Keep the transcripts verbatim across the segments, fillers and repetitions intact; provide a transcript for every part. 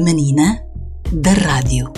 Menina da Rádio.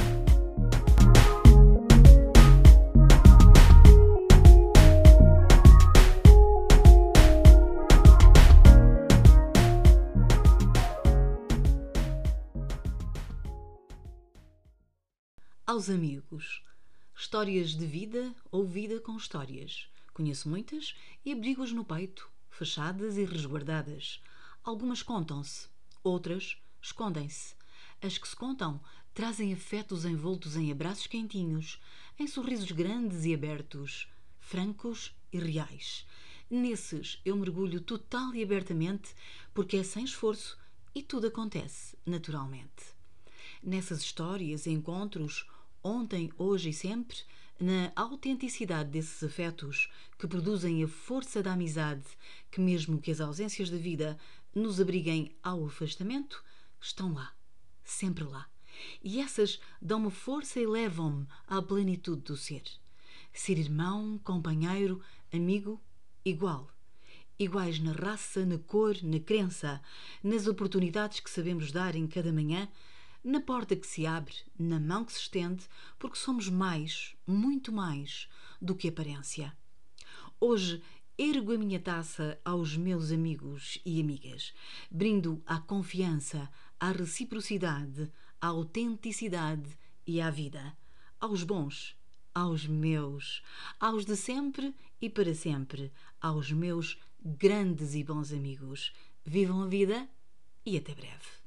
Aos amigos. Histórias de vida ou vida com histórias. Conheço muitas e abrigo-as no peito, fechadas e resguardadas. Algumas contam-se, outras escondem-se. As que se contam trazem afetos envoltos em abraços quentinhos, em sorrisos grandes e abertos, francos e reais. Nesses eu mergulho total e abertamente, porque é sem esforço e tudo acontece naturalmente. Nessas histórias e encontros, ontem, hoje e sempre, na autenticidade desses afetos que produzem a força da amizade, que mesmo que as ausências da vida nos abriguem ao afastamento, estão lá, sempre lá. E essas dão-me força e levam-me à plenitude do ser. Ser irmão, companheiro, amigo, igual. Iguais na raça, na cor, na crença, nas oportunidades que sabemos dar em cada manhã, na porta que se abre, na mão que se estende, porque somos mais, muito mais, do que aparência. Hoje ergo a minha taça aos meus amigos e amigas. Brindo à confiança, à reciprocidade, à autenticidade e à vida. Aos bons, aos meus, aos de sempre e para sempre, aos meus grandes e bons amigos. Vivam a vida e até breve.